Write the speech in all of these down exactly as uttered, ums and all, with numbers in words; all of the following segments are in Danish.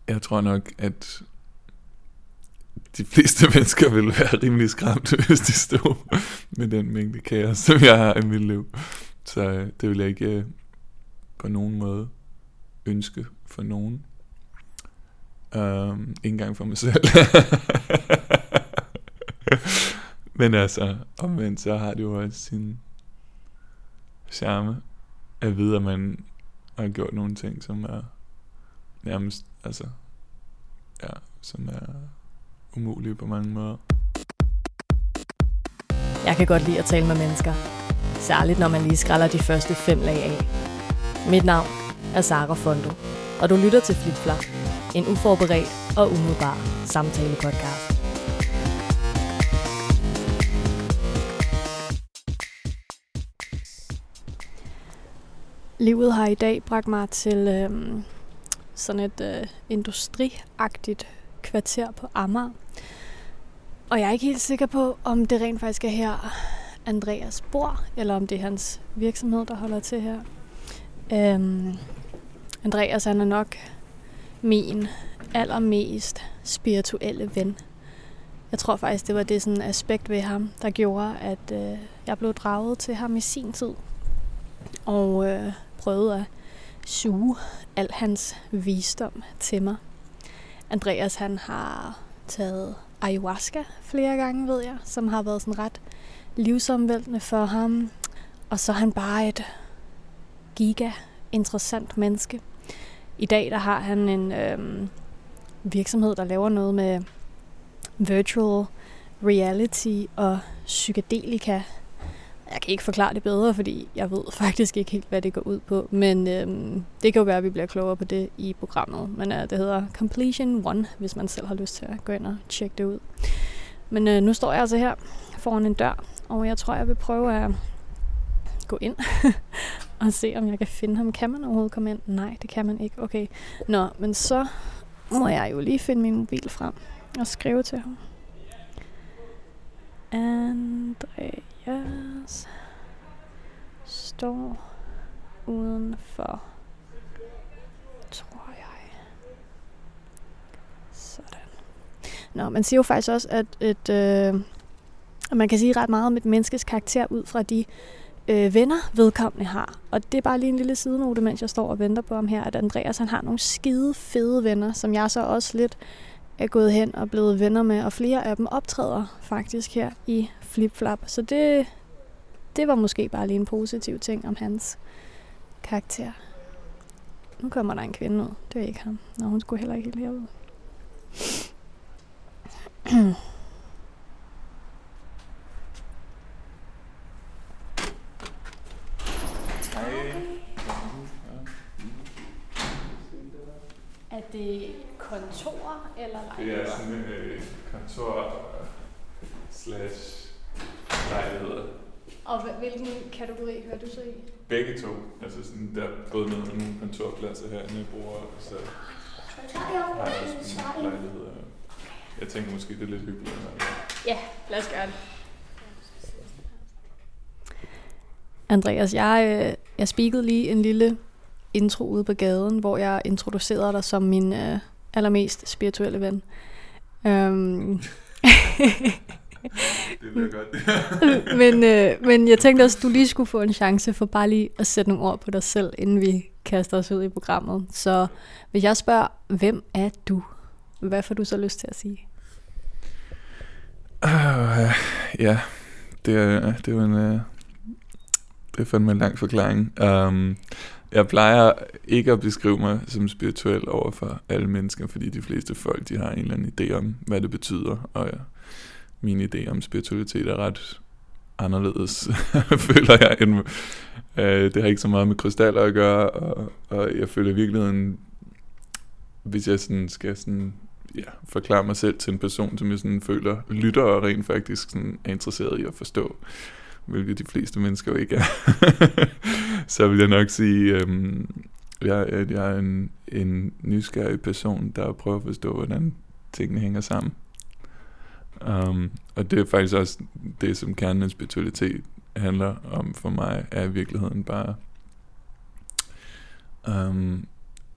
jeg tror nok, at de fleste mennesker vil være rimelig skræmt, hvis de stod med den mængde kaos, som jeg har i mit liv. Så øh, det vil jeg ikke øh, på nogen måde ønske for nogen. Um, ikke engang for mig selv. Men altså, omvendt så har det jo også sin charme at vide, at man har gjort nogle ting, som er nærmest, altså, ja, som er umulige på mange måder. Jeg kan godt lide at tale med mennesker. Særligt når man lige skræller de første fem lag af. Mit navn er Sara Fondo, og du lytter til Flip-Flap, en uforberedt og umiddelbar samtale-podcast. Livet har i dag bragt mig til øhm, sådan et øh, industriagtigt kvarter på Amager. Og jeg er ikke helt sikker på, om det rent faktisk er her, Andreas bor, eller om det er hans virksomhed, der holder til her. Øhm, Andreas han er nok min allermest spirituelle ven. Jeg tror faktisk, det var det sådan aspekt ved ham, der gjorde, at øh, jeg blev draget til ham i sin tid. Og øh, prøvede at suge al hans visdom til mig. Andreas han har taget ayahuasca flere gange, ved jeg, som har været sådan ret livsomvæltende for ham. Og så er han bare et giga interessant menneske. I dag der har han en øhm, virksomhed, der laver noget med virtual reality og psykedelika. Jeg kan ikke forklare det bedre, fordi jeg ved faktisk ikke helt, hvad det går ud på. Men øhm, det kan jo være, at vi bliver klogere på det i programmet. Men øh, det hedder Completion One, hvis man selv har lyst til at gå ind og tjekke det ud. Men øh, nu står jeg altså her foran en dør, og jeg tror, jeg vil prøve at gå ind og se, om jeg kan finde ham. Kan man overhovedet komme ind? Nej, det kan man ikke. Okay. Nå, men så må jeg jo lige finde min mobil frem og skrive til ham. Andreas står udenfor, tror jeg. Sådan. Nå, man siger jo faktisk også, at et, øh, man kan sige ret meget om et menneskes karakter ud fra de øh, venner, vedkommende har. Og det er bare lige en lille sidenote, mens jeg står og venter på ham her, at Andreas han har nogle skide fede venner, som jeg så også lidt er gået hen og blevet venner med, og flere af dem optræder faktisk her i Flip-Flap. Så det, det var måske bare lige en positiv ting om hans karakter. Nu kommer der en kvinde ud. Det er ikke ham. Nå, hun skulle heller ikke helt herud. Er det kontor eller lejligheder? Det er sådan en øh, kontor slash lejligheder. Og hvilken kategori hører du så i? Begge to. Altså sådan, der er både noget med nogle kontorpladser herinde, jeg bruger, og så har jeg også nogle lejligheder. Jeg tænker måske, det er lidt hyggeligt. Ja, lad os gøre det. Andreas, jeg, øh, jeg speakede lige en lille intro ude på gaden, hvor jeg introducerede dig som min øh, allermest spirituelle ven. Um, det bliver godt. men, øh, men jeg tænkte også, at du lige skulle få en chance for bare lige at sætte nogle ord på dig selv, inden vi kaster os ud i programmet. Så hvis jeg spørger, hvem er du? Hvad får du så lyst til at sige? Uh, ja, det er, det er jo en, uh, det er fandme en lang forklaring. Um, Jeg plejer ikke at beskrive mig som spirituel over for alle mennesker, fordi de fleste folk, de har en eller anden idé om, hvad det betyder, og ja, min idé om spiritualitet er ret anderledes, føler jeg. End, øh, det har ikke så meget med krystaller at gøre, og, og jeg føler i virkeligheden, hvis jeg sådan skal sådan, ja, forklare mig selv til en person, som jeg sådan føler lytter og rent faktisk sådan er interesseret i at forstå, hvilket de fleste mennesker jo ikke er, så vil jeg nok sige, øhm, jeg, at jeg er en, en nysgerrig person, der prøver at forstå, hvordan tingene hænger sammen. Um, og det er faktisk også det, som kernen af spiritualitet handler om for mig, er i virkeligheden bare um,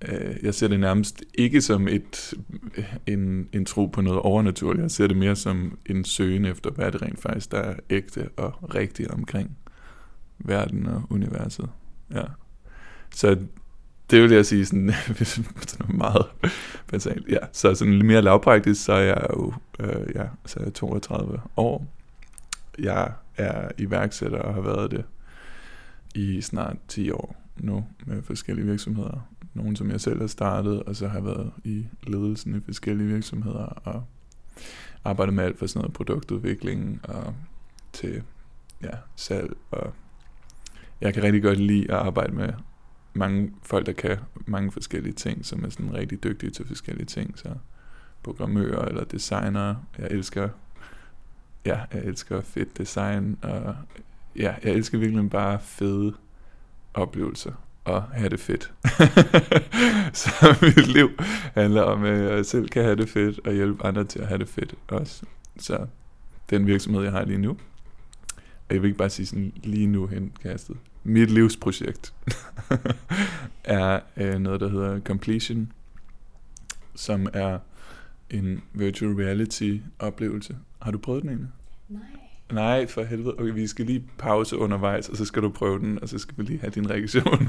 øh, jeg ser det nærmest ikke som et, en, en tro på noget overnaturligt. Jeg ser det mere som en søgen efter, hvad det rent faktisk der er ægte og rigtigt omkring verden og universet. Ja. Så det vil jeg sige sådan, sådan meget basalt. Ja, så sådan lidt mere lavpraktisk, så er jeg jo øh, ja, så er jeg toogtredive år. Jeg er iværksætter og har været det i snart ti år nu med forskellige virksomheder. Nogle, som jeg selv har startet, og så har jeg været i ledelsen i forskellige virksomheder og arbejdet med alt fra sådan noget produktudvikling og til ja, salg. Og jeg kan rigtig godt lide at arbejde med mange folk, der kan mange forskellige ting, som er sådan rigtig dygtige til forskellige ting. Så programmører eller designere. Jeg elsker, ja, jeg elsker fedt design, og ja, jeg elsker virkelig bare fede oplevelser og have det fedt. Så mit liv handler om, at jeg selv kan have det fedt og hjælpe andre til at have det fedt også. Så den virksomhed, jeg har lige nu, og jeg vil ikke bare sige sådan lige nu henkastet. Mit livsprojekt er øh, noget, der hedder Completion, som er en virtual reality oplevelse. Har du prøvet den egentlig? Nej. Nej, for helvede. Okay, vi skal lige pause undervejs, og så skal du prøve den, og så skal vi lige have din reaktion.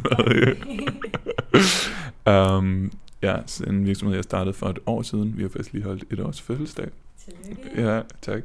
um, ja, så en virksomhed, jeg startede for et år siden. Vi har faktisk lige holdt et års fødselsdag. Tillykke. Ja, tak.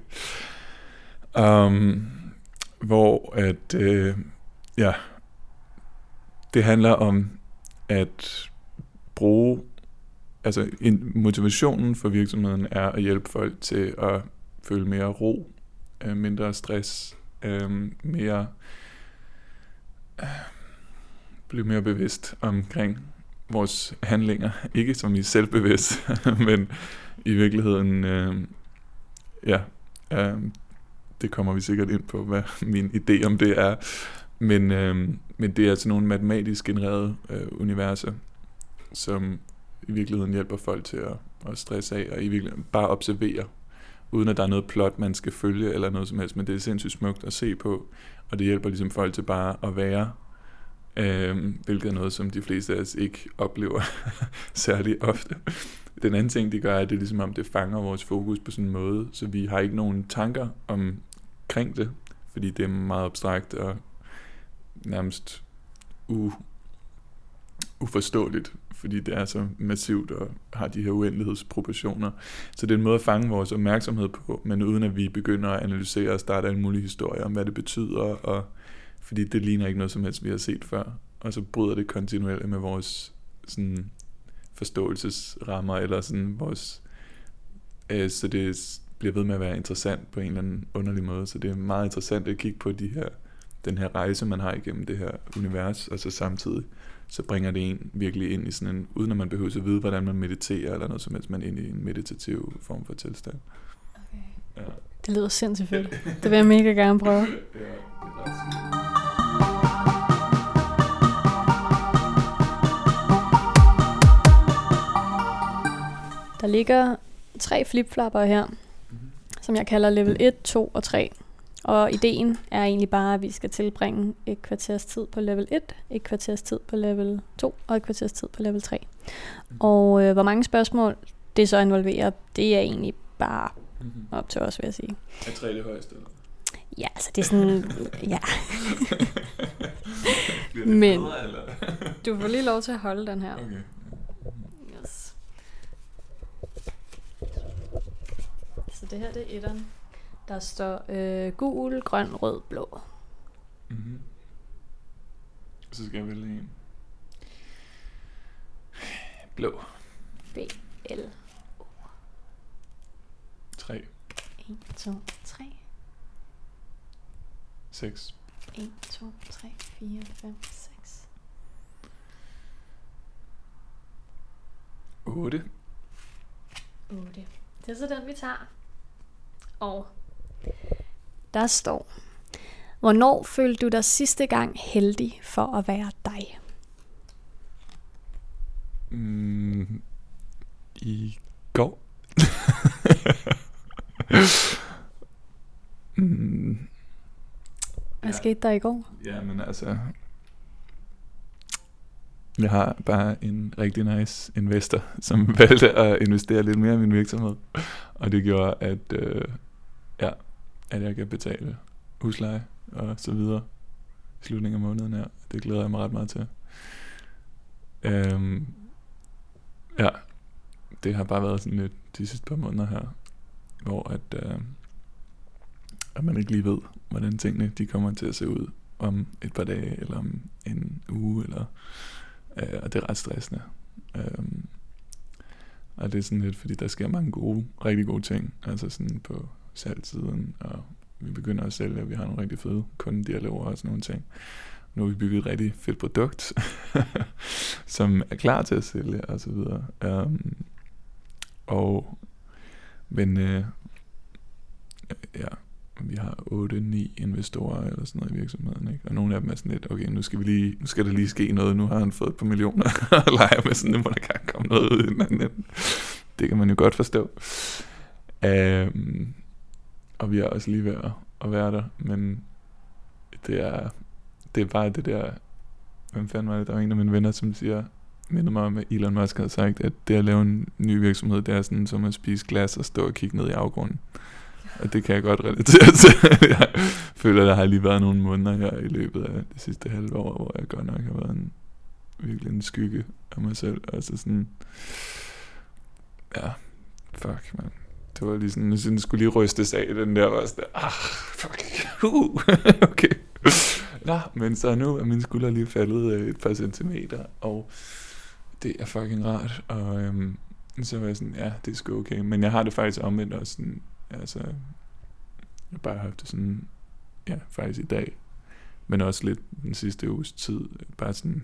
Um, hvor at, øh, ja, det handler om at bruge, altså en, motivationen for virksomheden er at hjælpe folk til at føle mere ro, øh, mindre stress, øh, mere, øh, blive mere bevidst omkring vores handlinger. Ikke som i selvbevidst, men i virkeligheden, øh, ja, øh, det kommer vi sikkert ind på, hvad min idé om det er. Men, øh, men det er altså nogle matematisk genererede øh, universer, som i virkeligheden hjælper folk til at, at stresse af, og i virkeligheden bare observere, uden at der er noget plot, man skal følge, eller noget som helst, men det er sindssygt smukt at se på, og det hjælper ligesom folk til bare at være, øh, hvilket er noget, som de fleste af os ikke oplever særlig ofte. Den anden ting, det gør, er, at det er ligesom om, det fanger vores fokus på sådan en måde, så vi har ikke nogen tanker omkring det, fordi det er meget abstrakt og nærmest u, uforståeligt, fordi det er så massivt og har de her uendelighedsproportioner. Så det er en måde at fange vores opmærksomhed på, men uden at vi begynder at analysere og starte en mulig historie om, hvad det betyder, og fordi det ligner ikke noget som helst, vi har set før. Og så bryder det kontinuerligt med vores sådan, forståelsesrammer, eller sådan vores, øh, så det bliver ved med at være interessant på en eller anden underlig måde. Så det er meget interessant at kigge på de her, den her rejse, man har igennem det her univers, og så samtidig så bringer det en virkelig ind i sådan en, uden at man behøver at vide, hvordan man mediterer, eller noget som helst, man ind i en meditativ form for tilstand. Okay. Ja. Det lyder sindssygt fedt. Det vil jeg mega gerne prøve. Ja, det er ret skidt. Der ligger tre flipflapper her, mm-hmm. som jeg kalder level et, to og tre. Og ideen er egentlig bare, at vi skal tilbringe et kvarters tid på level et, et kvarters tid på level to og et kvarters tid på level tre. Mm-hmm. Og øh, hvor mange spørgsmål det så involverer, det er egentlig bare mm-hmm. op til os, vil jeg sige. Er tre det højeste? Eller? Ja, altså det er sådan, ja. Bliver det Men bedre, eller? Du får lige lov til at holde den her. Okay. Yes. Så det her, det er etteren. Der står øh, gul, grøn, rød, blå. Mm-hmm. Så skal jeg vælge en. Blå. B, L, O. tre. en, to, tre. seks. en, to, tre, fire, fem, seks. otte. otte. Det er så den, vi tager. Og der står: hvornår følte du dig sidste gang heldig for at være dig? Mm, I går. mm, Hvad ja. skete der i går? Ja, men altså, Jeg har bare en rigtig nice investor, som valgte at investere lidt mere i min virksomhed. Og det gjorde, at, øh, ja, at jeg kan betale husleje og så videre i slutningen af måneden her. Det glæder jeg mig ret meget til. Øhm, ja, det har bare været sådan lidt de sidste par måneder her, hvor at, øh, at man ikke lige ved, hvordan tingene de kommer til at se ud om et par dage, eller om en uge, eller, øh, og det er ret stressende. Øhm, og det er sådan lidt, fordi der sker mange gode, rigtig gode ting, altså sådan på salgssiden, og vi begynder at sælge, og vi har nogle rigtig fede kundedialoger og sådan nogle ting. Nu har vi bygget et rigtig fedt produkt, som er klar til at sælge, og så videre. Um, og, men, øh, ja, vi har otte ni investorer eller sådan noget i virksomheden, ikke? Og nogle af dem er sådan lidt, okay, nu skal, vi lige, nu skal der lige ske noget, nu har han fået et par millioner og leger med sådan, nu må der kan komme noget ud i den anden. Det kan man jo godt forstå. Um, og vi er også lige ved at, at være der, men det er, det er bare det der, hvem fanden var det, der var en af mine venner, som siger, minder mig om, at Elon Musk havde sagt, at det at lave en ny virksomhed, det er sådan som at spise glas og stå og kigge ned i afgrunden. Og det kan jeg godt relatere til. Jeg føler, at der har lige været nogle måneder her i løbet af det sidste halve år, hvor jeg godt nok har været en, virkelig en skygge af mig selv. Altså sådan, ja, fuck, man. Det var lige sådan, den skulle lige rystes af, den der var sådan, ah, fuck, uh, okay. Nå, men så nu er mine skuldre lige faldet et par centimeter, og det er fucking rart, og øhm, så var jeg sådan, ja, det er sgu okay, men jeg har det faktisk omvendt også sådan, altså, jeg har bare haft det sådan, ja, faktisk i dag, men også lidt den sidste uges tid, bare sådan,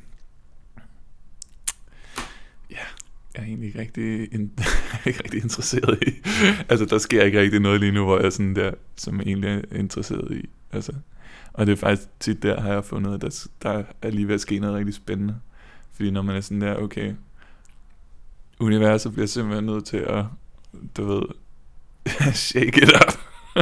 ja, jeg er egentlig ikke rigtig, in- ikke rigtig interesseret i, altså der sker ikke rigtig noget lige nu, hvor jeg er sådan der, som jeg egentlig er interesseret i, altså, og det er faktisk tit der, har jeg fundet, at der, der er lige ved at ske noget rigtig spændende, fordi når man er sådan der, okay, universet bliver simpelthen nødt til at, du ved, shake it up.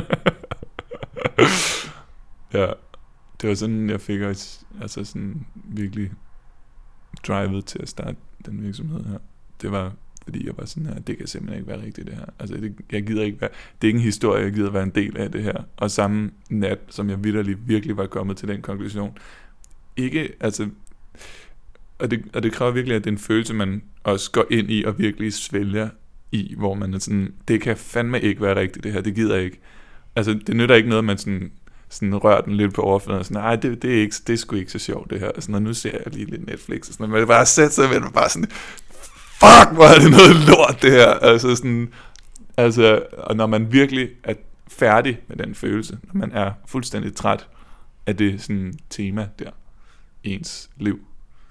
Ja, det var sådan, jeg fik også, altså sådan virkelig drivet til at starte den virksomhed her. Det var, fordi jeg var sådan her, det kan simpelthen ikke være rigtigt det her. Altså, det, jeg gider ikke være, det er ikke en historie, jeg gider være en del af det her. Og samme nat, som jeg vitterligt virkelig var kommet til den konklusion. Ikke, altså, og det, og det kræver virkelig, at det er en følelse, man også går ind i og virkelig svælger i, hvor man er sådan, det kan fandme ikke være rigtigt det her, det gider jeg ikke. Altså, det nytter ikke noget, man sådan, sådan rører den lidt på overfladen og sådan, nej, det, det, er ikke, det er sgu ikke så sjovt det her. Altså, nu ser jeg lige lidt Netflix og sådan noget, men bare sætte sig, men bare sådan, fuck, hvor er det noget lort det her. Altså sådan, altså, og når man virkelig er færdig med den følelse, når man er fuldstændig træt af det sådan tema der i ens liv,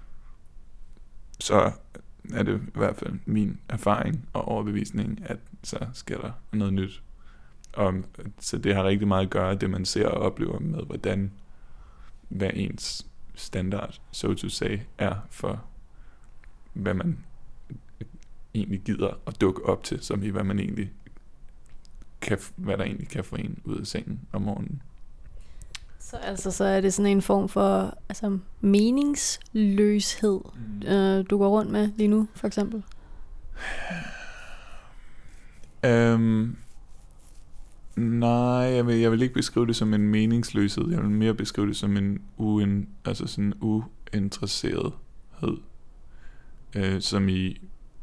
så er det i hvert fald min erfaring og overbevisning, at så skal der noget nyt. Og så det har rigtig meget at gøre, det man ser og oplever med, hvordan hvad ens standard, so to say, er for, hvad man egentlig gider at dukke op til, som i hvad man egentlig kan, hvad der egentlig kan få en ud af sengen om morgenen. Så altså, så er det sådan en form for altså, meningsløshed, mm. øh, du går rundt med lige nu, for eksempel? Um, nej, jeg vil, jeg vil ikke beskrive det som en meningsløshed. Jeg vil mere beskrive det som en uen, altså sådan uinteresserethed, øh, som i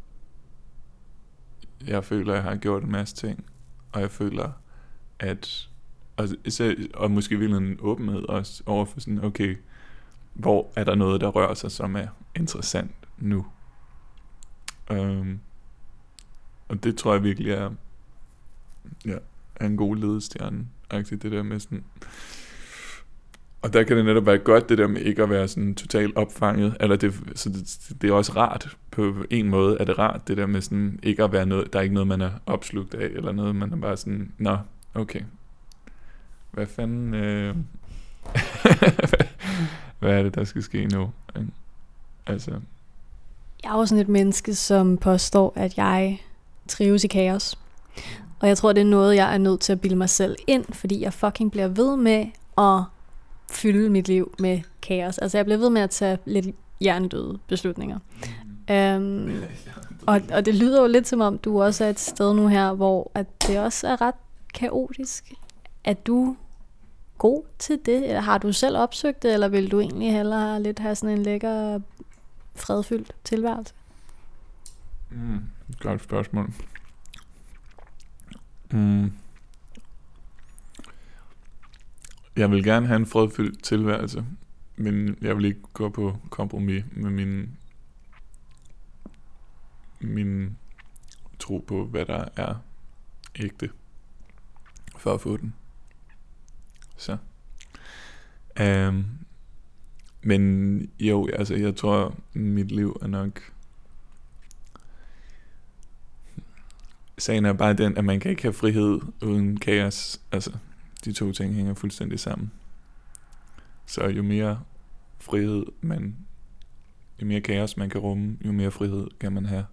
jeg føler, jeg har gjort en masse ting, og jeg føler, at og, og måske virkelig en åbenhed også over for sådan, okay, hvor er der noget, der rører sig, som er interessant nu? Um, og det tror jeg virkelig er, ja, er en god ledestjerne, det der med sådan. Og der kan det netop være godt, det der med ikke at være sådan totalt opfanget, eller det, så det, det er også rart, på en måde er det rart, det der med sådan ikke at være noget, der er ikke noget, man er opslugt af, eller noget, man er bare sådan, nå, okay, hvad fanden, øh, hvad er det, der skal ske nu? Altså. Jeg er jo sådan et menneske, som påstår, at jeg trives i kaos. Og jeg tror, det er noget, jeg er nødt til at bilde mig selv ind, fordi jeg fucking bliver ved med at fylde mit liv med kaos. Altså jeg bliver ved med at tage lidt hjernedøde beslutninger. Mm. Øhm, og, og det lyder jo lidt som om, du også er et sted nu her, hvor at det også er ret kaotisk. Er du god til det? Eller har du selv opsøgt det, eller vil du egentlig hellere lidt have sådan en lækker, fredfyldt tilværelse? Mm, godt spørgsmål. Mm. Jeg vil gerne have en fredfyldt tilværelse, men jeg vil ikke gå på kompromis med min, min tro på, hvad der er ægte, for at få den. Så. Um, men jo, altså jeg tror, mit liv er nok... Sagen er bare den, at man kan ikke have frihed uden kaos. Altså, de to ting hænger fuldstændig sammen. Så jo mere frihed man, jo mere kaos man kan rumme, jo mere frihed kan man have.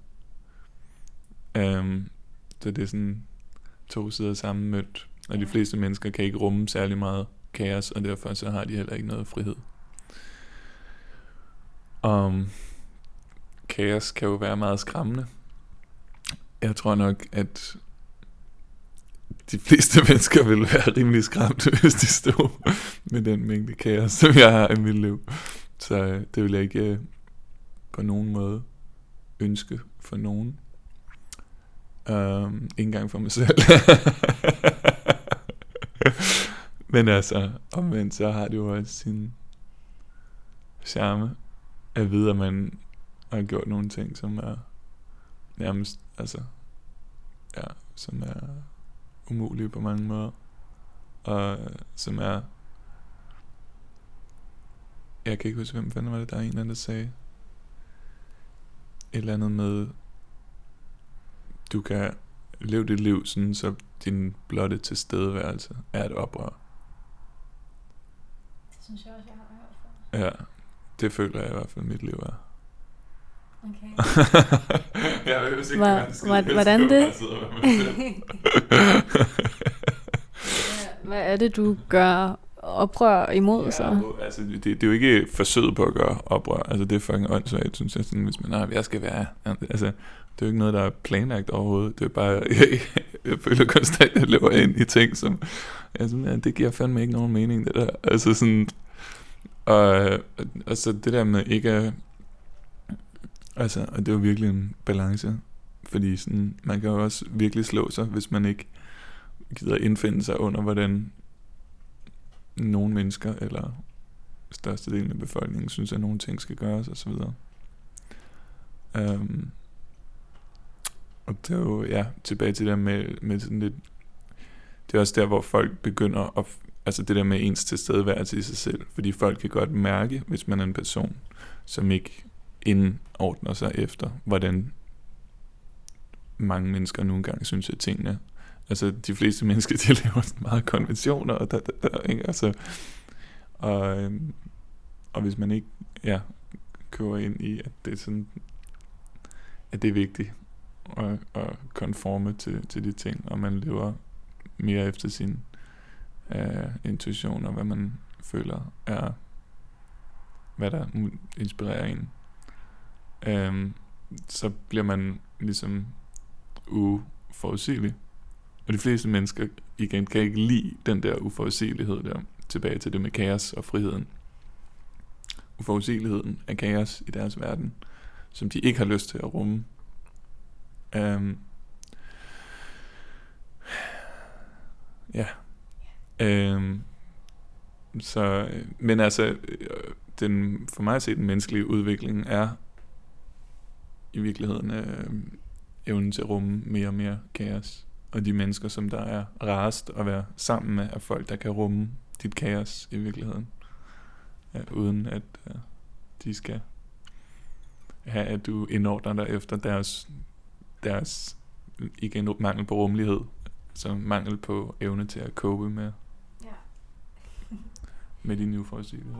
Um, så det er sådan to sider sammenmødt, og de fleste mennesker kan ikke rumme særlig meget kaos, og derfor så har de heller ikke noget frihed. Um, kaos kan jo være meget skræmmende. Jeg tror nok, at de fleste mennesker vil være rimelig skræmte, hvis de stod med den mængde kaos, som jeg har i mit liv. Så det vil jeg ikke på nogen måde ønske for nogen. Um, ikke engang for mig selv. Men altså, omvendt så har det jo også sin charme at vide, at man har gjort nogle ting, som er nærmest, altså, ja, som er umulige på mange måder, og som er, jeg kan ikke huske, hvem fanden var det, der er en eller anden, der sagde et eller andet med, du kan leve dit liv sådan, så din blotte tilstedeværelse er et oprør. Det synes jeg også, jeg har hørt for. Ja, det føler jeg i hvert fald, mit liv er. Okay. Jeg ved ikke, Hva, hvordan det? Hvad er det, du gør oprør imod, ja, så? Altså, det, det er jo ikke forsøget på at gøre oprør. Altså, det er fucking åndssvagt, synes jeg. Sådan, hvis man, nej, jeg skal være... Altså, det er jo ikke noget, der er planlagt overhovedet. Det er bare... Jeg, jeg føler konstant, at jeg lever ind i ting, som... Altså, ja, det giver fandme ikke nogen mening, det der. Altså, sådan... Og altså, det der med ikke at... Altså, og det er jo virkelig en balance. Fordi sådan, man kan jo også virkelig slå sig, hvis man ikke gider indfinde sig under, hvordan nogle mennesker, eller størstedelen af befolkningen, synes, at nogle ting skal gøres, og så videre. Um, og det er jo, ja, tilbage til det der med, med sådan lidt, det er også der, hvor folk begynder at, altså det der med ens tilstedeværelse i sig selv, fordi folk kan godt mærke, hvis man er en person, som ikke indordner sig efter, hvordan mange mennesker nogle gange synes, at tingene, altså de fleste mennesker, de laver meget konventioner, og der, der, der, ikke? Altså, og, øhm, og hvis man ikke, ja, kører ind i, at det er sådan, at det er vigtigt at, at konforme til, til de ting, og man lever mere efter sin øh, intuition, og hvad man føler er, hvad der inspirerer en, øhm, så bliver man ligesom uforudsigelig. Og de fleste mennesker igen kan ikke lide den der uforudsigelighed der, tilbage til det med kaos og friheden. Uforudsigeligheden af kaos i deres verden, som de ikke har lyst til at rumme. Um, ja. Um, så, men altså, den, for mig at se, den menneskelige udvikling er i virkeligheden øh, evnen til at rumme mere og mere kaos. Og de mennesker, som der er rarest at være sammen med, er folk, der kan rumme dit kaos i virkeligheden. Ja, uden at uh, de skal have, at du indordner dig efter deres, deres igen mangel på rummelighed. Så mangel på evne til at cope med, ja. med din uforudsigelighed.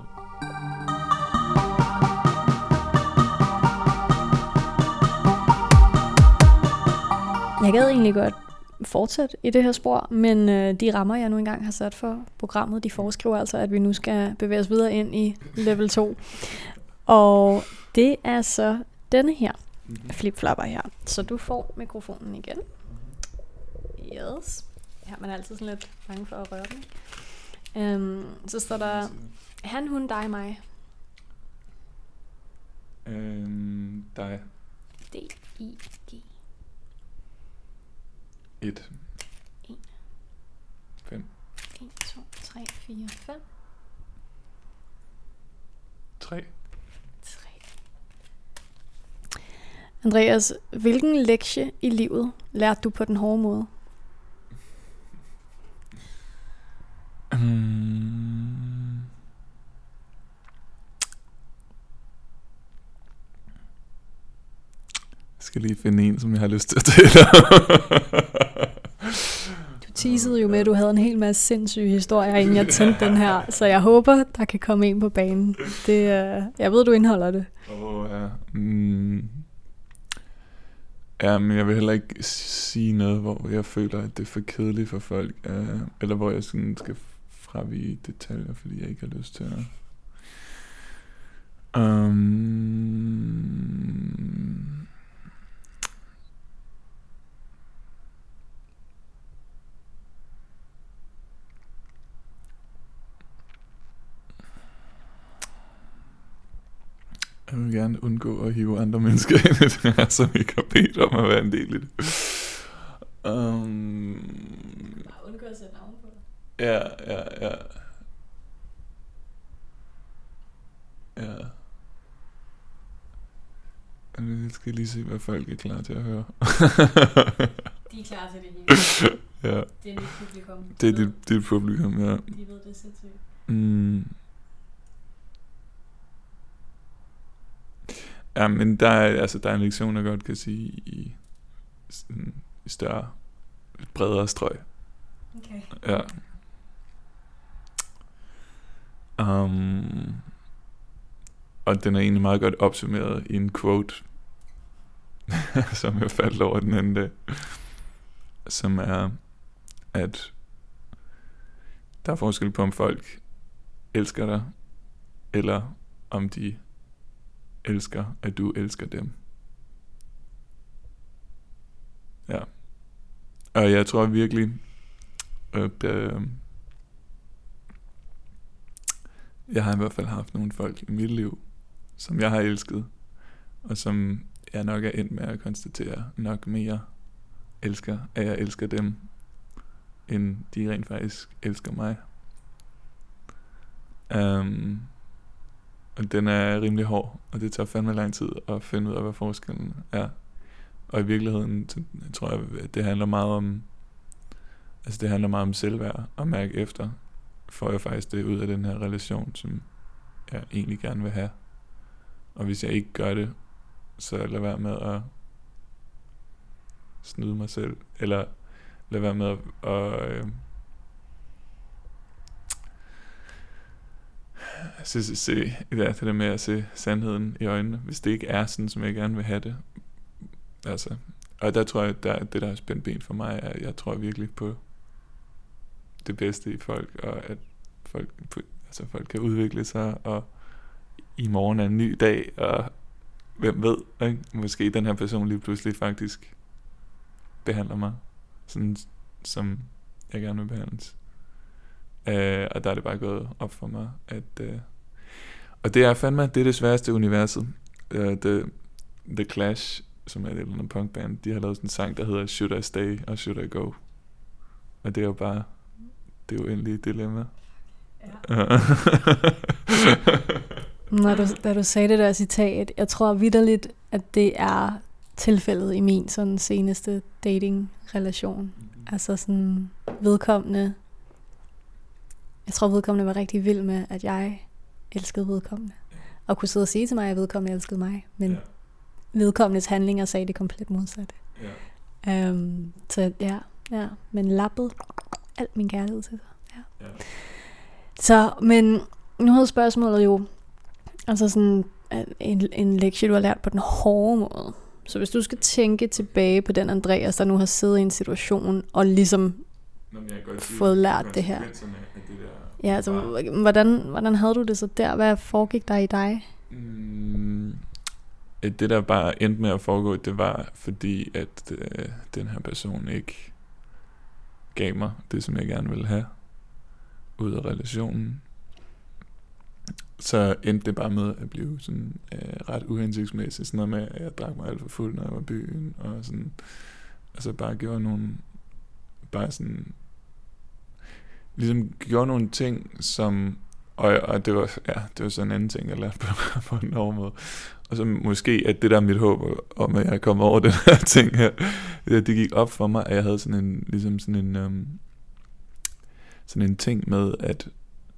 Jeg gad egentlig godt fortsætte i det her spor, men øh, de rammer, jeg nu engang har sat for programmet, de foreskriver altså, at vi nu skal bevæge os videre ind i level to. Og det er så denne her Mm-hmm. flipflapper her. Så du får mikrofonen igen. Yes. Ja, man er altid sådan lidt bange for at røre den. Um, så står der han, hun, dig, mig. Øhm, dig. D I G. Et. En. Fem. en, to, tre, fire, fem. Tre. tre. Andreas, hvilken lektie i livet lærte du på den hårde måde? Mm. Jeg skal lige finde en, som jeg har lyst til at tale om. Du teasede jo med, at du havde en hel masse sindssyge historier, inden jeg tændte den her. Så jeg håber, der kan komme en på banen. Det, uh, jeg ved, du indeholder det. Åh, oh, ja. Mm. Ja, men jeg vil heller ikke sige noget, hvor jeg føler, at det er for kedeligt for folk. Uh, eller hvor jeg sådan skal fravige detaljer, fordi jeg ikke har lyst til at... Um... Jeg vil gerne undgå at hive andre mennesker ind i det her, som ikke har bedt om at være en del i det. Um, Bare undgå at sætte navn på det. ja, ja, ja. Ja. Jeg skal lige se, hvad folk er klar til at høre. De er klar til det hele. Ja. Det er dit publikum. Det er dit, dit publikum, ja. De ved det sindssygt. Mm. Ja, men der er, altså, der er en lektion, jeg godt kan sige i, sådan, i større, bredere strøg. Okay. Ja. Um, og den er egentlig meget godt opsummeret i en quote, som jeg faldt over den anden dag, som er, at der er forskel på, om folk elsker dig, eller om de elsker, at du elsker dem. Ja. Og jeg tror virkelig, at øh, jeg har i hvert fald haft nogle folk i mit liv, som jeg har elsket, og som jeg nok er endt med at konstatere nok mere elsker, at jeg elsker dem, end de rent faktisk elsker mig. Um, og den er rimelig hård, og det tager fandme lang tid at finde ud af, hvad forskellen er. Og i virkeligheden, så tror jeg, at det handler meget om, altså det handler meget om selvværd, og mærke efter, får jeg faktisk det ud af den her relation, som jeg egentlig gerne vil have. Og hvis jeg ikke gør det, så lad være med at snyde mig selv, eller lad være med at, at øh, se, se, se, ja, det der med at se sandheden i øjnene, hvis det ikke er sådan, som jeg gerne vil have det. Altså, og der tror jeg, der, det der er spændt ben for mig, er, at jeg tror virkelig på det bedste i folk, og at folk, altså folk kan udvikle sig, og i morgen er en ny dag, og hvem ved, ikke? Måske den her person lige pludselig faktisk behandler mig sådan, som jeg gerne vil behandles. Uh, og der er det bare gået op for mig, at uh, og det er fandme, det er det sværeste i universet. uh, the, the Clash, som er et eller andet punkband, de har lavet sådan en sang, der hedder Should I Stay og Should I Go, og det er jo bare, det er jo endelig et dilemma. Ja. Når du, da du sagde det der citat, jeg tror vitterligt, at det er tilfældet i min sådan seneste dating-relation. Mm-hmm. Altså sådan vedkommende, jeg tror vedkommende var rigtig vild med, at jeg elskede vedkommende. Og kunne sidde og sige til mig, at vedkommende elskede mig. Men ja. Vedkommendes handlinger sagde det komplet modsatte. Ja. Um, så ja, ja, men lappede alt min kærlighed til sig. Ja. Ja. Så, men nu havde spørgsmålet jo, altså sådan en, en lektie, du har lært på den hårde måde. Så hvis du skal tænke tilbage på den Andreas, der nu har siddet i en situation, og ligesom fået lært det her. Ja, altså, hvordan, hvordan havde du det så der? Hvad foregik der i dig? Mm, det der bare endte med at foregå, det var fordi, at øh, den her person ikke gav mig det, som jeg gerne ville have ud af relationen. Så endte det bare med at blive sådan øh, ret uhensigtsmæssigt. Sådan noget med, at jeg drak mig alt for fuld, når jeg var i byen, og sådan, altså bare gjorde nogle, bare sådan, ligesom gjorde nogle ting, som, og, og det var, ja, det var sådan en anden ting, jeg lærte på, på en hård måde. Og så måske, at det der er mit håb om, at jeg kommer over den her ting her, det gik op for mig, at jeg havde sådan en, ligesom sådan en, um, sådan en ting med, at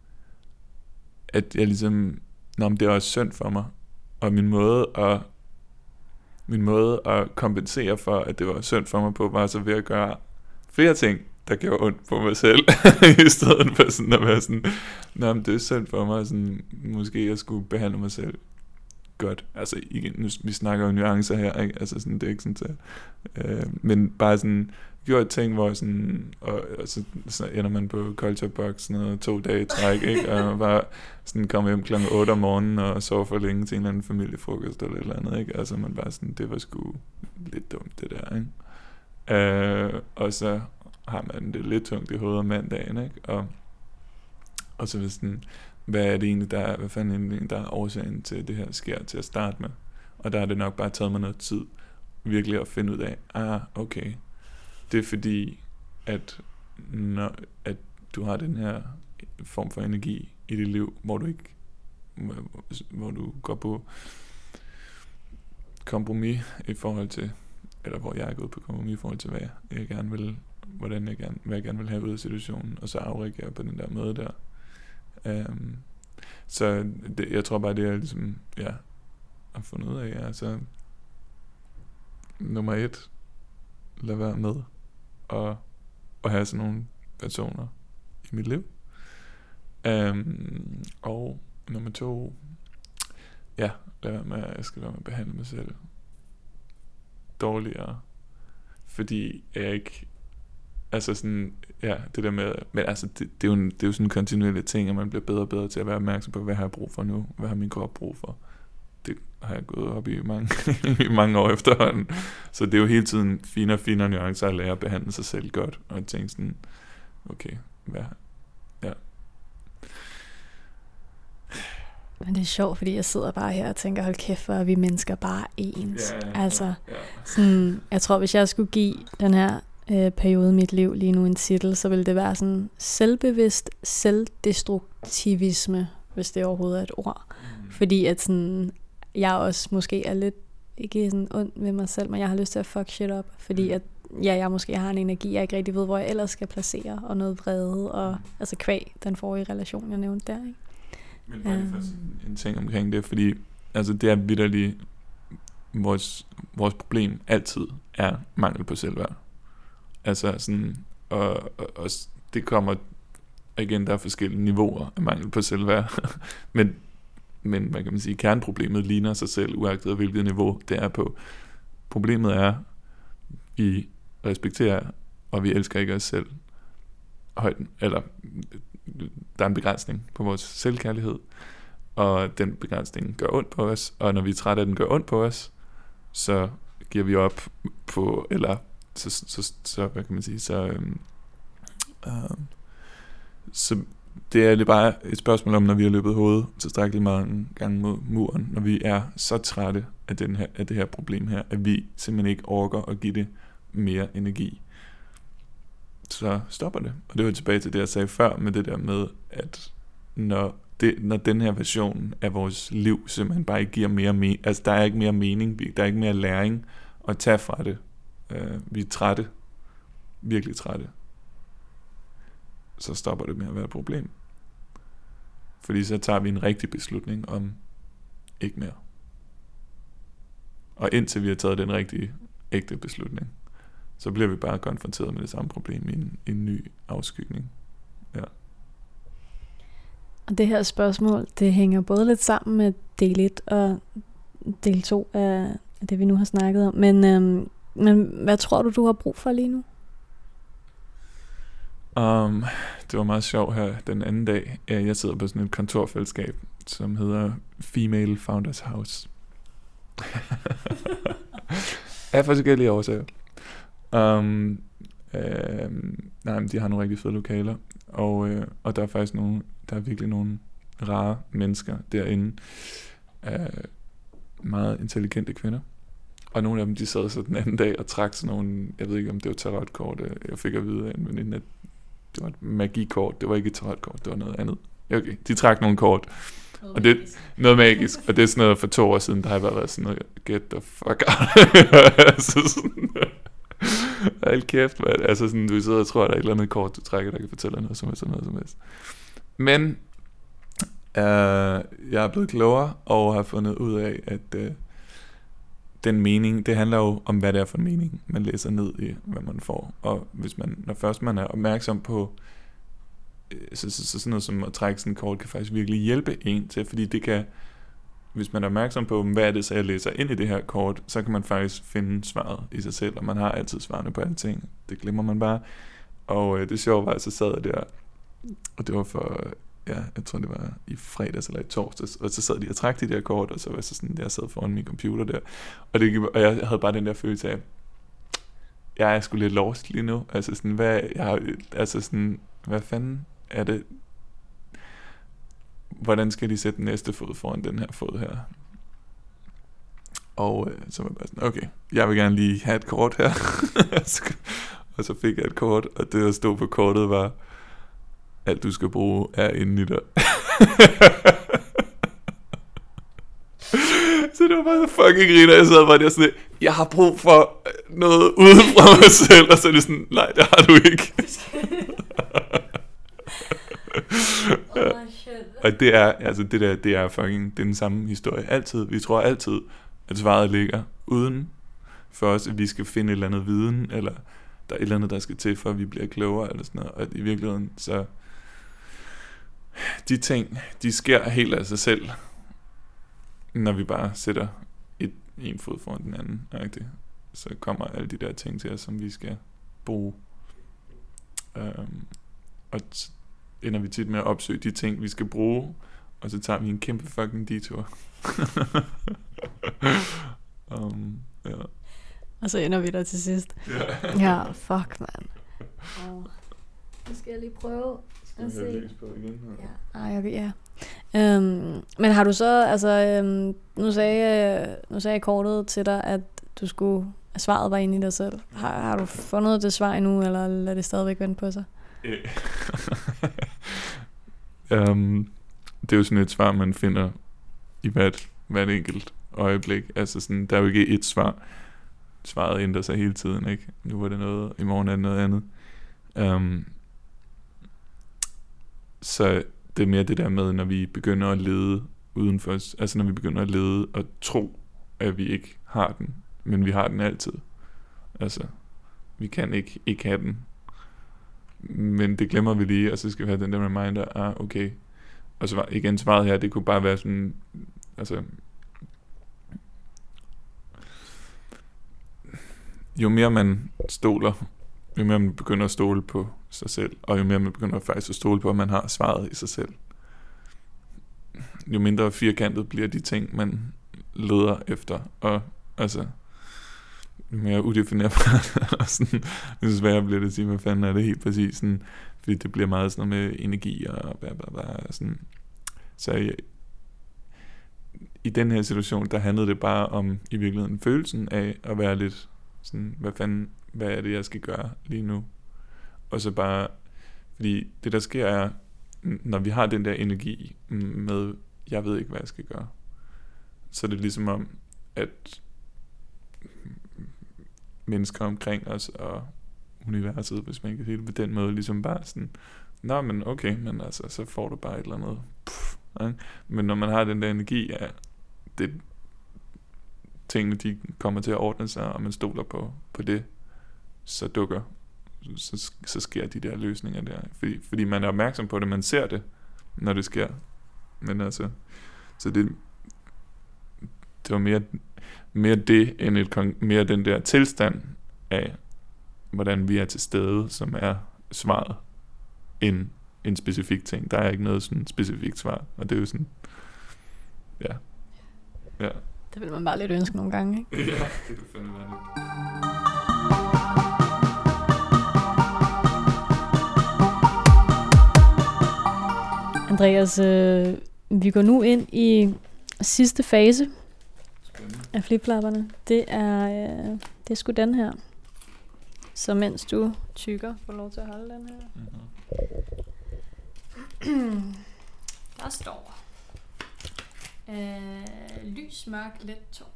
at jeg ligesom, nå, men det er også synd for mig, og min måde at min måde at kompensere for, at det var synd for mig på, var så ved at gøre flere ting, der gjorde ondt på mig selv, i stedet for sådan at være sådan, nå, men det er synd for mig, sådan, måske jeg skulle behandle mig selv godt. Altså, igen, nu, vi snakker jo nuancer her, ikke? Altså, sådan, det er ikke sådan, så, øh, men bare sådan, gjort ting, hvor sådan, og, og så, så ender man på Culture Box sådan noget, to dage i træk, ikke? Og bare sådan komme hjem klokken otte om morgenen og sove for længe til en eller anden familiefrokost eller et eller andet, ikke? Altså man bare sådan, det var sgu lidt dumt det der, ikke? Øh, og så har man det lidt tungt i hovedet om mandagen, ikke? Og, og så sådan, hvad er det egentlig, der er, hvad fanden er det, der er årsagen til det her sker til at starte med? Og der har det nok bare taget mig noget tid virkelig at finde ud af, ah, okay, det er fordi, at, når, at du har den her form for energi i dit liv, hvor du ikke, hvor du går på kompromis i forhold til, eller hvor jeg er gået på kompromis i forhold til, hvad jeg gerne vil, hvordan jeg gerne, hvad jeg gerne vil have ud af situationen, og så afreagerer jeg på den der måde der. Um, så det, jeg tror bare, det er ligesom, ja, at finde ud af, altså, nummer et, lad være med og, og have sådan nogle personer i mit liv. Um, og nummer to, ja, lad være med, at jeg skal være med at behandle mig selv dårligere, fordi jeg ikke, altså sådan, ja, det der med, men altså, det, det, er jo en, det er jo sådan en kontinuerlig ting, at man bliver bedre og bedre til at være opmærksom på, hvad har jeg brug for nu, hvad har min krop brug for. Det har jeg gået op i mange, i mange år efterhånden. Så det er jo hele tiden finere og finere nuancer at lære at behandle sig selv godt, og tænke sådan, okay, hvad, ja. Men det er sjovt, fordi jeg sidder bare her og tænker, hold kæft, hvor er vi mennesker bare ens. Yeah, altså, yeah. sådan, jeg tror, hvis jeg skulle give den her øh, periode i mit liv lige nu en titel, så ville det være sådan selvbevidst selvdestruktivisme, hvis det overhovedet er et ord. Mm. Fordi at sådan, jeg også måske er lidt, ikke sådan ond ved mig selv, men jeg har lyst til at fuck shit op, fordi at ja, jeg måske har en energi, jeg ikke rigtig ved, hvor jeg ellers skal placere, og noget vrede, og mm. altså kvæg den forrige relation, jeg nævnte der, ikke? Men bare lige først en ting omkring det, fordi altså det er vitterligt, vores, vores problem altid er mangel på selvværd. Altså sådan, og, og, og det kommer, igen, der er forskellige niveauer af mangel på selvværd, men, men hvad kan man sige, kerneproblemet ligner sig selv, uagtet hvilket niveau det er på. Problemet er, vi respekterer, og vi elsker ikke os selv højt, eller der er en begrænsning på vores selvkærlighed, og den begrænsning gør ondt på os, og når vi er trætte af, den gør ondt på os, så giver vi op på, eller så, så, så, så hvad kan man sige, så, øhm, øhm, så det er det bare et spørgsmål om, når vi har løbet hovedet tilstrækkeligt mange gange mod muren, når vi er så trætte af, den her, af det her problem her, at vi simpelthen ikke orker at give det mere energi, så stopper det. Og det var tilbage til det, jeg sagde før, med det der med, at når, det, når den her version af vores liv simpelthen bare ikke giver mere mening, altså der er ikke mere mening, der er ikke mere læring at tage fra det. Uh, vi er trætte, virkelig trætte, så stopper det med at være et problem. Fordi så tager vi en rigtig beslutning om ikke mere. Og indtil vi har taget den rigtige, ægte beslutning, så bliver vi bare konfronteret med det samme problem i en, i en ny afskygning. Ja. Og det her spørgsmål, det hænger både lidt sammen med del et og del to af det, vi nu har snakket om. Men, øhm, men hvad tror du, du har brug for lige nu? Um, det var meget sjovt her den anden dag. Jeg sidder på sådan et kontorfællesskab som hedder Female Founders House. Af forskellige årsager. Um, øh, nej, men de har nogle rigtig fede lokaler, og, øh, og der er faktisk nogle, der er virkelig nogle rare mennesker derinde. Øh, meget intelligente kvinder. Og nogle af dem, de sad så den anden dag og trak sådan nogle, jeg ved ikke om det var tarotkort, jeg fik at vide af en veninde, at det var et magikort, det var ikke et tarotkort, det var noget andet. Okay, de trak nogle kort, noget og det magisk. noget magisk, og det er sådan noget for to år siden, der har bare været sådan noget, get the fuck out. Altså sådan, hold kæft, man. Altså sådan, du sidder og tror, at der er et eller andet kort, du trækker, der kan fortælle noget som helst, noget som helst. Men, øh, jeg er blevet klogere, og har fundet ud af, at øh, den mening, det handler jo om, hvad det er for en mening, man læser ned i, hvad man får. Og hvis man, når først man er opmærksom på, så, så, så sådan noget som at trække sådan en kort, kan faktisk virkelig hjælpe en til, fordi det kan, hvis man er opmærksom på, hvad er det, så jeg læser ind i det her kort, så kan man faktisk finde svaret i sig selv, og man har altid svarene på alle ting. Det glemmer man bare. Og øh, det sjove var, at så sad jeg der, og det var for, ja, jeg tror det var i fredags eller i torsdags, og så sad de og trak de der kort, og så var jeg så sådan, jeg sad foran min computer der, og, det, og jeg havde bare den der følelse af, jeg er sgu lidt lost lige nu, altså sådan, hvad, jeg har, altså sådan, hvad fanden er det, hvordan skal de sætte den næste fod foran den her fod her? Og øh, så var jeg bare sådan, okay, jeg vil gerne lige have et kort her. Og så fik jeg et kort, og det der stod på kortet var, alt du skal bruge er inde i dig. Så det var bare så fucking griner. Jeg sad bare der sådan, jeg har brug for noget uden fra mig selv. Og så er det sådan, nej, det har du ikke. Oh, shit. Og det er, altså det der, det er fucking, det er den samme historie. Altid, vi tror altid, at svaret ligger uden for os, at vi skal finde et eller andet viden, eller der er et eller andet, der skal til, for at vi bliver klogere, eller sådan noget. Og i virkeligheden, så de ting, de sker helt af sig selv, når vi bare sætter et, en fod foran den anden. Rigtigt. Så kommer alle de der ting til os, som vi skal bruge. Um, og t- ender vi tit med at opsøge de ting, vi skal bruge, og så tager vi en kæmpe fucking detur. um, ja. Og så ender vi der til sidst. Yeah. Ja, fuck, man. Oh. Nu skal jeg lige prøve at se. På igen, ja. Ej, okay, ja. Øhm, men har du så, altså, øhm, nu sagde, nu sagde jeg kortet til dig, at du skulle, at svaret var inde i dig selv. Har, har du fundet det svar endnu, eller lader det stadigvæk vente på sig? um, det er jo sådan et svar, man finder i hvert, hvert enkelt øjeblik. Altså sådan, der er jo ikke et svar. Svaret ændrer sig hele tiden, ikke? Nu var det noget, i morgen er det noget andet. Um, så det er mere det der med, når vi begynder at lede uden for os. Altså når vi begynder at lede og tro, at vi ikke har den. Men vi har den altid. Altså, vi kan ikke ikke have den. Men det glemmer vi lige, og så skal vi have den der reminder, ah, okay. Og så var igen svaret her, det kunne bare være sådan, altså, jo mere man stoler, jo mere man begynder at stole på sig selv, og jo mere man begynder faktisk at stole på, at man har svaret i sig selv, jo mindre firkantet bliver de ting, man leder efter, og altså, jo mere udefinerbart, og sådan, det er svært bliver det at sige, hvad fanden er det helt præcis, sådan, fordi det bliver meget sådan noget med energi, og bla bla bla, og sådan, så jeg, i den her situation, der handlede det bare om, i virkeligheden, følelsen af at være lidt sådan, hvad fanden, hvad er det, jeg skal gøre lige nu? Og så bare, fordi det der sker er, når vi har den der energi med, jeg ved ikke, hvad jeg skal gøre, så er det ligesom om, at mennesker omkring os og universet, hvis man kan sige det på den måde, ligesom bare sådan, nå, men okay, men altså, så får du bare et eller andet. Puff, ja? Men når man har den der energi af, det, tingene, de kommer til at ordne sig, og man stoler på, på det, så dukker, så, så sker de der løsninger der. Fordi, fordi man er opmærksom på det, man ser det, når det sker. Men altså, så det, det var mere, mere det, end et, mere den der tilstand af, hvordan vi er til stede, som er svaret, end en specifik ting. Der er ikke noget sådan specifikt svar, og det er jo sådan, Ja. Ja. Det vil man bare lidt ønske nogle gange, ikke? Ja, det kan fandme være det. Andreas, øh, vi går nu ind i sidste fase Spændende. af flipflapperne. Det er, øh, det er sgu den her. Så mens du tykker, får lov til at holde den her. Mm-hmm. Der står øh, lys, mørk, let, tung.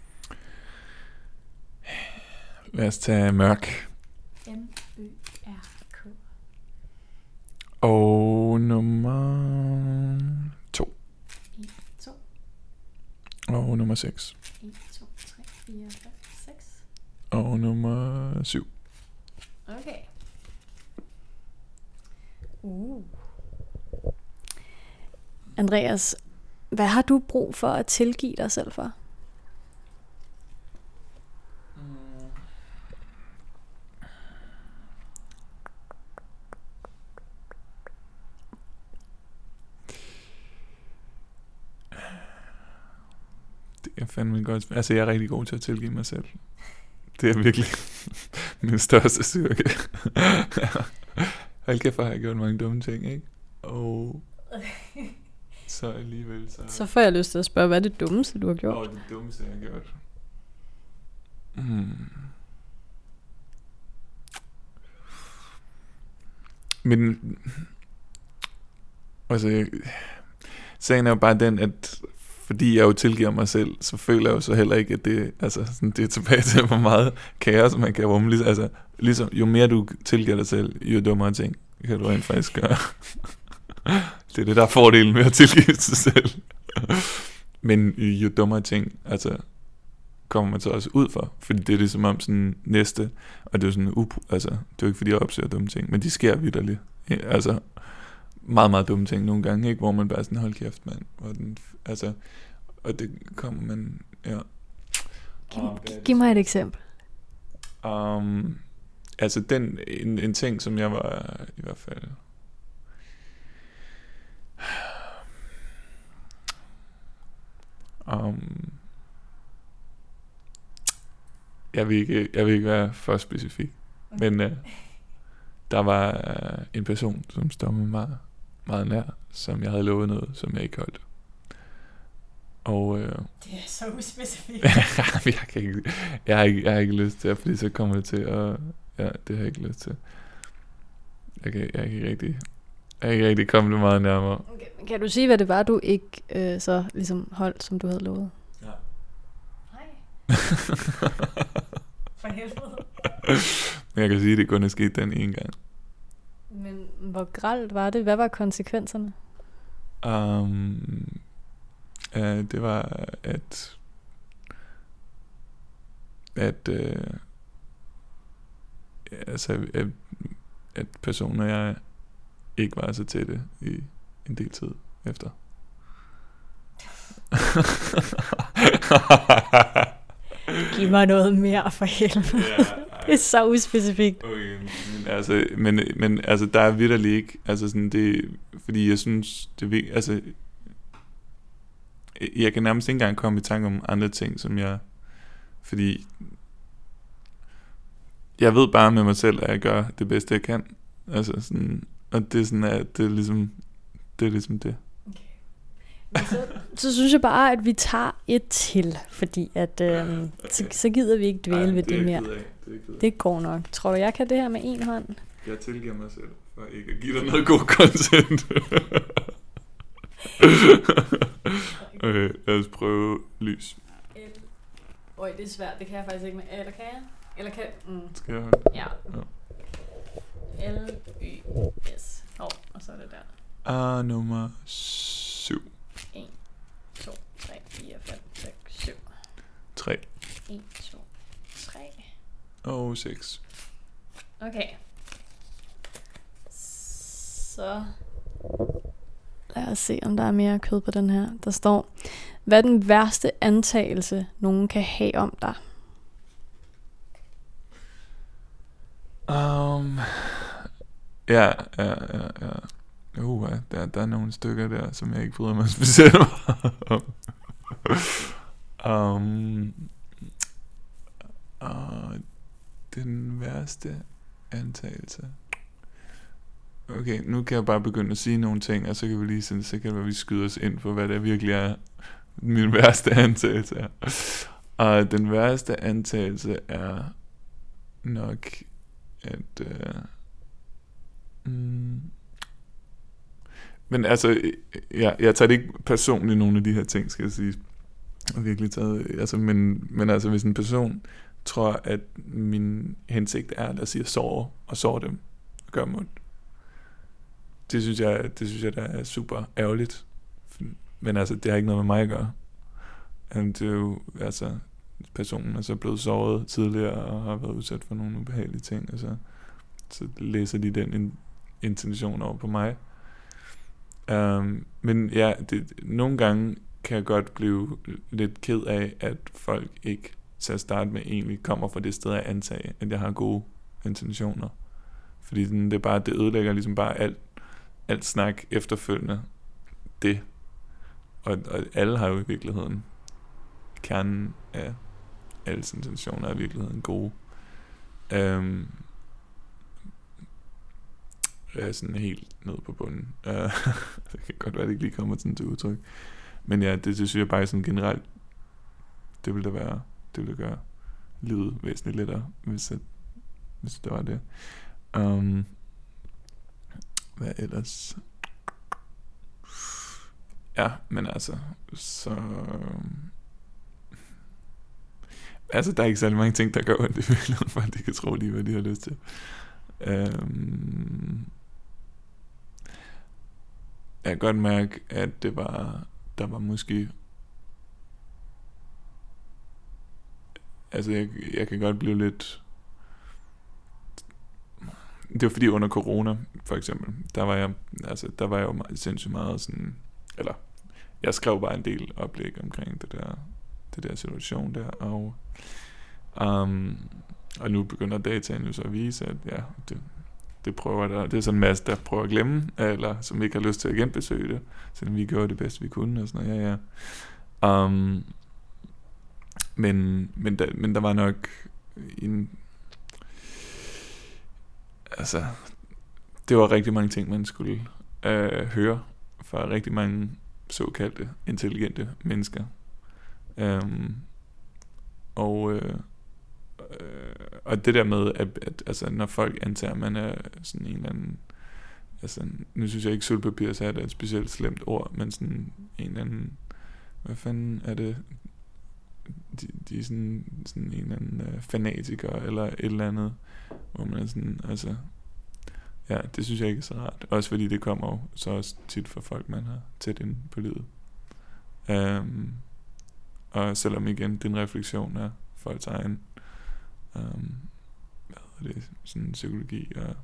Lad os tage mørk. M Ø R K. Og nummer to. en, to, Og nummer seks. en, to, tre, fire, fem, seks. Og nummer syv. Okay. Uh. Andreas, hvad har du brug for at tilgive dig selv for? Det er fandme godt. Altså, jeg er rigtig god til at tilgive mig selv. Det er virkelig min største styrke. Hold kæft, for har jeg gjort mange dumme ting, ikke? Og så alligevel så... Så får jeg lyst til at spørge, hvad er det dummeste, du har gjort? Åh, det dummeste, jeg har gjort. Hmm. Men... Altså, jeg, sagen er jo bare den, at fordi jeg jo tilgiver mig selv, så føler jeg jo så heller ikke, at det, altså, sådan, det er tilbage til, hvor meget kaos man kan rumme. Altså, ligesom, jo mere du tilgiver dig selv, jo dummere ting kan du rent faktisk gøre. Det er det, der er fordelen med at tilgive sig selv. Men jo dummere ting, altså, kommer man så også ud for. Fordi det er ligesom om sådan næste, og det er jo sådan, up, altså, det er jo ikke fordi, jeg opsøger dumme ting, men de sker vitterligt. Altså, meget, meget dumme ting nogle gange, ikke? Hvor man bare sådan, hold kæft, mand. Hvor den, altså, og det kommer man, ja. Giv, giv mig et eksempel. Um, altså, den, en, en ting, som jeg var, i hvert fald, um, jeg vil ikke, jeg vil ikke være for specifik, okay. Men uh, der var uh, en person, som stod mig meget, meget nær, som jeg havde lovet noget, som jeg ikke holdt. Og uh, det er så uspecifikt. jeg, kan ikke, jeg, har ikke, jeg har ikke lyst til, fordi så kommer det til at, ja, det har jeg ikke lyst til. Jeg kan, jeg kan ikke rigtig, jeg kan ikke rigtig komme det meget nærmere. Okay. Kan du sige, hvad det var, du ikke øh, så ligesom holdt, som du havde lovet? Ja. Nej. For helvede. Men jeg kan sige, at det kun er sket den ene gang. Men hvor grelt var det? Hvad var konsekvenserne? Um, uh, det var, at at uh, altså, at, at personen og jeg ikke var så tætte i en del tid efter. Giv mig noget mere for helvede. Ja, det er så uspecifikt. Okay, men altså, men, men altså, der er vitterligt ikke, altså sådan det, fordi jeg synes, det er, altså, jeg kan nærmest ikke engang komme i tanke om andre ting, som jeg, fordi jeg ved bare med mig selv, at jeg gør det bedste, jeg kan. Altså sådan, og det er sådan, at det er ligesom, det er ligesom det. Okay. Så, så synes jeg bare, at vi tager et til, fordi at, øhm, så, så gider vi ikke dvæle Ej, ved det, det mere. Det, det, det går nok. Tror du, jeg kan det her med en hånd? Jeg tilgiver mig selv, for ikke at give dig noget god content. Okay, lad os prøve lys. Øj, det er svært, det kan jeg faktisk ikke med. Eller kan jeg? Eller kan mm. Skal jeg holde? Ja. ja. L, Y, S. Hov, og så er det der. Ah, nummer syv. en, to, tre, fire, fem, seks, syv. tre. en, to, tre. Og seks. Okay. Så lad os se, om der er mere kød på den her. Der står, hvad er den værste antagelse, nogen kan have om dig? Um, ja, ja, ja, ja. Uh, der, der er nogle stykker der, som jeg ikke bryder mig specielt om. um, og den værste antagelse. Okay, nu kan jeg bare begynde at sige nogle ting, og så kan vi lige sådan, så kan vi skyde os ind på, hvad det virkelig er, min værste antagelse er. Og den værste antagelse er nok, at... Øh, mm, men altså, jeg, jeg tager det ikke personligt, nogle af de her ting, skal jeg sige. Og virkelig taget, altså, men, men altså, hvis en person tror, at min hensigt er, at sige, såre og såre dem og gøre dem ondt. Det synes jeg, det synes jeg, der er super ærgerligt. Men altså, det har ikke noget med mig at gøre. Det er jo, altså, personen er så blevet såret tidligere og har været udsat for nogle ubehagelige ting, og så, så læser de den in, intention over på mig. Um, men ja, det, nogle gange kan jeg godt blive lidt ked af, at folk ikke til at starte med egentlig kommer fra det sted at antage, at jeg har gode intentioner. Fordi den, det bare, det ødelægger ligesom bare alt, alt snak efterfølgende. Det. Og, og alle har jo i virkeligheden, kernen af alles intentioner er i virkeligheden gode. Um, jeg er sådan helt nede på bunden. Uh, det kan godt være, det ikke lige kommer sådan til udtryk. Men ja, det, det synes jeg bare sådan generelt, det ville da være, det ville gøre livet væsentligt lettere, hvis, at, hvis det var det. Um, hvad ellers? Ja, men altså, så... Altså, der er ikke særlig mange ting, der gør ondt i virkeligheden, for at de kan tro lige, hvad de har lyst til. Um, jeg kan godt mærke, at det var, der var måske... Altså, jeg, jeg kan godt blive lidt... Det var fordi under corona, for eksempel, der var jeg, altså, der var jeg jo meget, sindssygt meget sådan... Eller, jeg skrev bare en del oplæg omkring det der, det der situation der, og... Um, og nu begynder dataen jo så at vise, at ja, det, det prøver der, det er sådan en masse, der prøver at glemme, eller som ikke har lyst til at genbesøge det, selvom vi gjorde det bedste vi kunne, og sådan noget, ja, ja. Um, men, men, der, men der var nok en, altså, det var rigtig mange ting, man skulle øh, høre fra rigtig mange såkaldte intelligente mennesker. Um, og øh, øh, og det der med at, at altså når folk antager at man er sådan en eller anden, altså nu synes jeg ikke sølvpapir så er det et specielt slemt ord, men sådan en eller anden, hvad fanden er det, de, de er sådan, sådan en eller anden uh, fanatiker eller et eller andet, hvor man er sådan, altså ja, det synes jeg ikke er så rart, også fordi det kommer jo så også tit fra folk man har tæt ind på livet. um, Og selvom igen, den refleksion er folks egen, um, hvad er det, sådan psykologi, og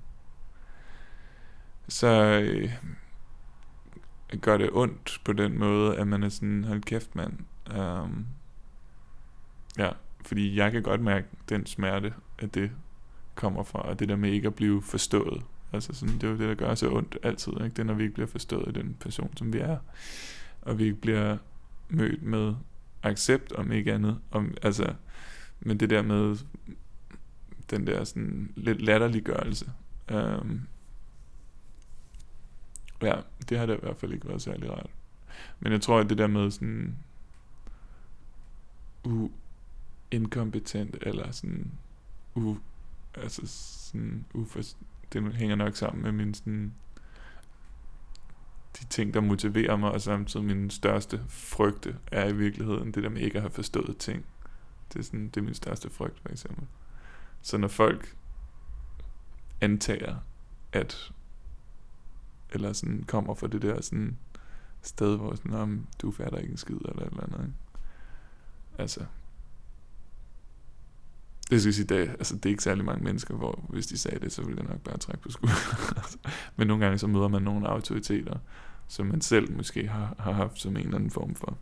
så øh, gør det ondt på den måde, at man er sådan, hold kæft mand, um, ja, fordi jeg kan godt mærke den smerte, at det kommer fra, og det der med ikke at blive forstået, altså sådan, det er jo det, der gør så ondt altid, ikke? Det er, når vi ikke bliver forstået af den person, som vi er, og vi ikke bliver mødt med accept, om ikke andet, om, altså, men det der med den der sådan lidt latterliggørelse, um, ja, det har da i hvert fald ikke været særlig rart. Men jeg tror, at det der med sådan u inkompetent eller sådan u altså sådan uforst- det hænger nok sammen med min sådan de ting, der motiverer mig, og samtidig min største frygte er i virkeligheden det der med ikke at have forstået ting. Det er sådan, det er min største frygt, for eksempel. Så når folk antager, at eller sådan kommer fra det der sådan sted, hvor sådan, om du fatter ikke en skid, eller et eller andet, ikke? Altså, det skal sige, det, altså, det er ikke særlig mange mennesker, hvor hvis de sagde det, så ville jeg nok bare trække på skulderen. Men nogle gange så møder man nogle autoriteter, som man selv måske har, har haft som en eller anden form for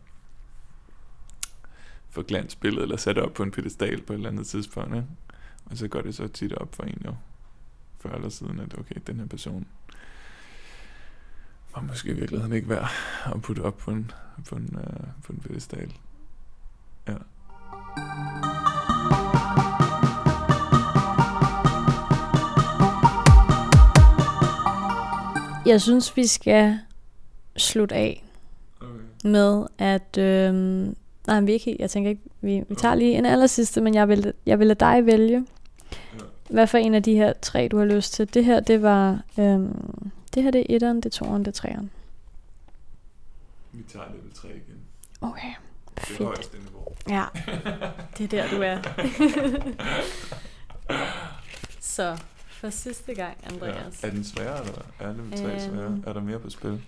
for glansbillede, eller sat op på en pedestal på et eller andet tidspunkt, ikke? Og så går det så tit op for en jo, før eller siden, at okay, den her person var måske i virkeligheden ikke værd at putte op på en, på en, uh, på en pedestal. Ja. Jeg synes, vi skal slutte af okay. med, at... Øh, nej, vi er ikke helt... Jeg tænker ikke... Vi, vi tager lige en aller sidste, men jeg vil, jeg vil lade dig vælge. Ja. Hvad for en af de her tre, du har lyst til? Det her, det var... Øh, det her, det er etteren, det er toeren, det er treeren. Vi tager level tre igen. Okay, fedt. Det er højeste niveau. Ja, det er der, du er. Så... For sidste gang, Andreas. Ja. Er den sværere, eller er level tre øhm, sværere? Er der mere på spil?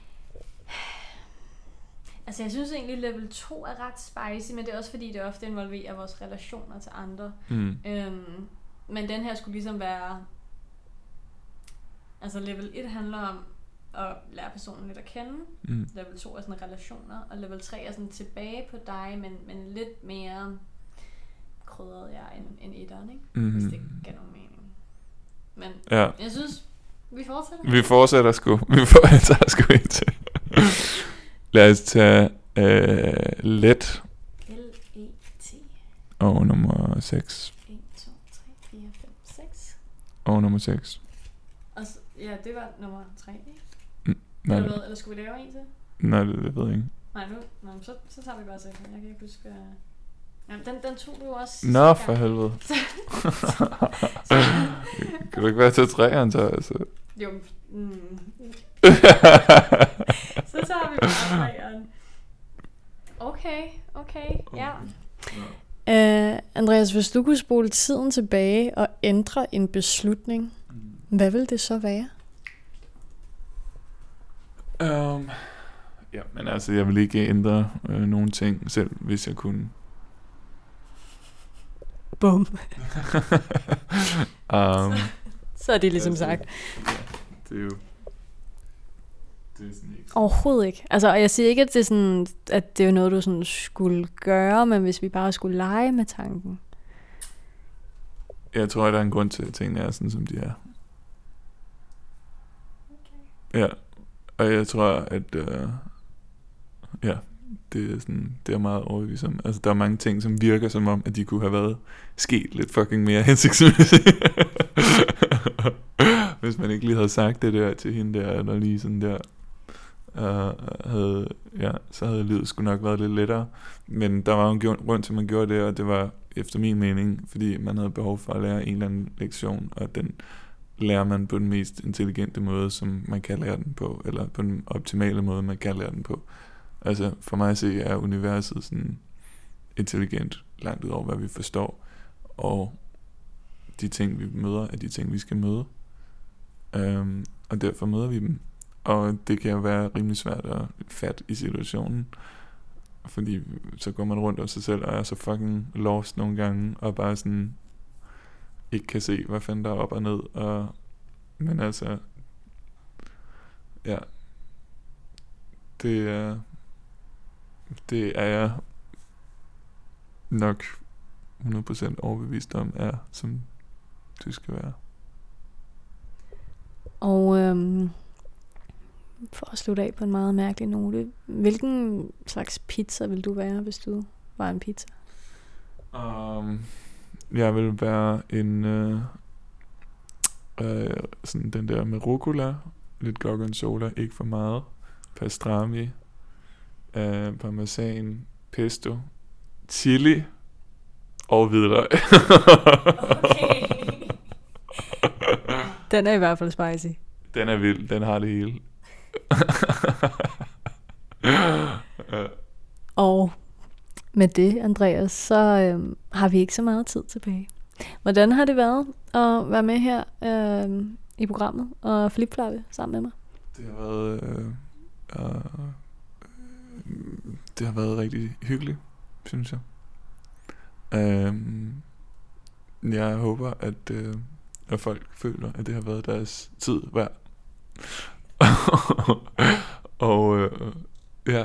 Altså, jeg synes egentlig, level to er ret spicy, men det er også fordi, det ofte involverer vores relationer til andre. Mm. Øhm, men den her skulle ligesom være... Altså, level et handler om at lære personen lidt at kende. Mm. Level to er sådan relationer, og level tre er sådan tilbage på dig, men, men lidt mere krydret jeg end, end etteren, ikke? Mm. Hvis det gav nogen mening. Men ja. Jeg synes, vi fortsætter. Vi fortsætter sgu. Vi fortsætter sgu ind til. Lad os tage øh, let. L-E-T. Og nummer seks. en, to, tre, fire, fem, seks. Og nummer seks. Og så, ja, det var nummer tre, ikke? Mm, nej, eller, hvad, eller skulle vi lave en til? Nej, det, det ved jeg ikke. Nej, nu, nej, så, så tager vi bare seks. Jeg kan ikke huske... Uh... Jamen, den, den tog du også. Nå, for helvede. Kan du ikke være til træerne, så altså? Jo. Mm. Så tager vi bare træerne. Okay, okay, ja. Uh, Andreas, hvis du kunne spole tiden tilbage og ændre en beslutning, mm. hvad vil det så være? Um, ja, men altså, jeg vil ikke ændre øh, nogen ting selv, hvis jeg kunne. Bum. um, så, så er det ligesom altså, sagt. Ja, det er jo det er sådan ikke. Overhovedet ikke. Altså, og jeg siger ikke, at det er sådan, at det er noget, du sådan skulle gøre, men hvis vi bare skulle lege med tanken. Jeg tror, at der er en grund til, at tingene er sådan, som de er. Okay. Ja, og jeg tror, at øh, ja, det er sådan, det er meget overbevist om. Altså, der er mange ting, som virker som om, at de kunne have været sket lidt fucking mere hensigtsmæssigt. Hvis man ikke lige havde sagt det der til hende der, eller lige sådan der, uh, havde, ja, så havde livet sgu nok været lidt lettere. Men der var jo en grund til, at man gjorde det, og det var efter min mening, fordi man havde behov for at lære en eller anden lektion, og den lærer man på den mest intelligente måde, som man kan lære den på, eller på den optimale måde, man kan lære den på. Altså, for mig at se, er universet sådan intelligent, langt ud over, hvad vi forstår, og de ting, vi møder, er de ting, vi skal møde. Um, og derfor møder vi dem. Og det kan jo være rimelig svært at fatte i situationen, fordi så går man rundt om sig selv og er så fucking lost nogle gange, og bare sådan ikke kan se, hvad fanden der er op og ned. Og, men altså, ja, det er, det er jeg nok hundrede procent overbevist om, er som det skal være. Og øhm, for at slutte af på en meget mærkelig note, hvilken slags pizza vil du være, hvis du var en pizza? Um, jeg vil være en øh, øh, sådan den der med rucola, lidt gorgonzola, ikke for meget, pastrami, øh, parmesan, pesto, chili og hvidløg. Okay. Den er i hvert fald spicy. Den er vild, den har det hele. Og med det, Andreas, så øhm, har vi ikke så meget tid tilbage. Hvordan har det været at være med her øhm, i programmet og flip-flappe sammen med mig? Det har været øh, øh, det har været rigtig hyggeligt, synes jeg. Øh, jeg håber, at øh, at folk føler, at det har været deres tid værd. Og øh, ja,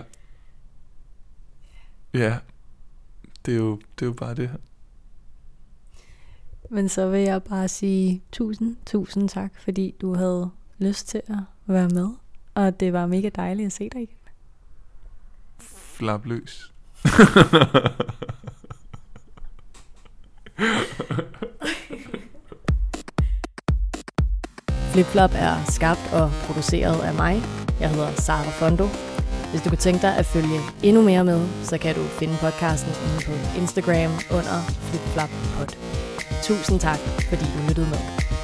ja, det er jo det er jo bare det her. Men så vil jeg bare sige tusind, tusind tak, fordi du havde lyst til at være med, og det var mega dejligt at se dig igen. Flap løs. Flip-Flop er skabt og produceret af mig. Jeg hedder Sara Fondo. Hvis du kunne tænke dig at følge endnu mere med, så kan du finde podcasten inde på Instagram under FlipFlop Pod. Tusind tak, fordi du lyttede med.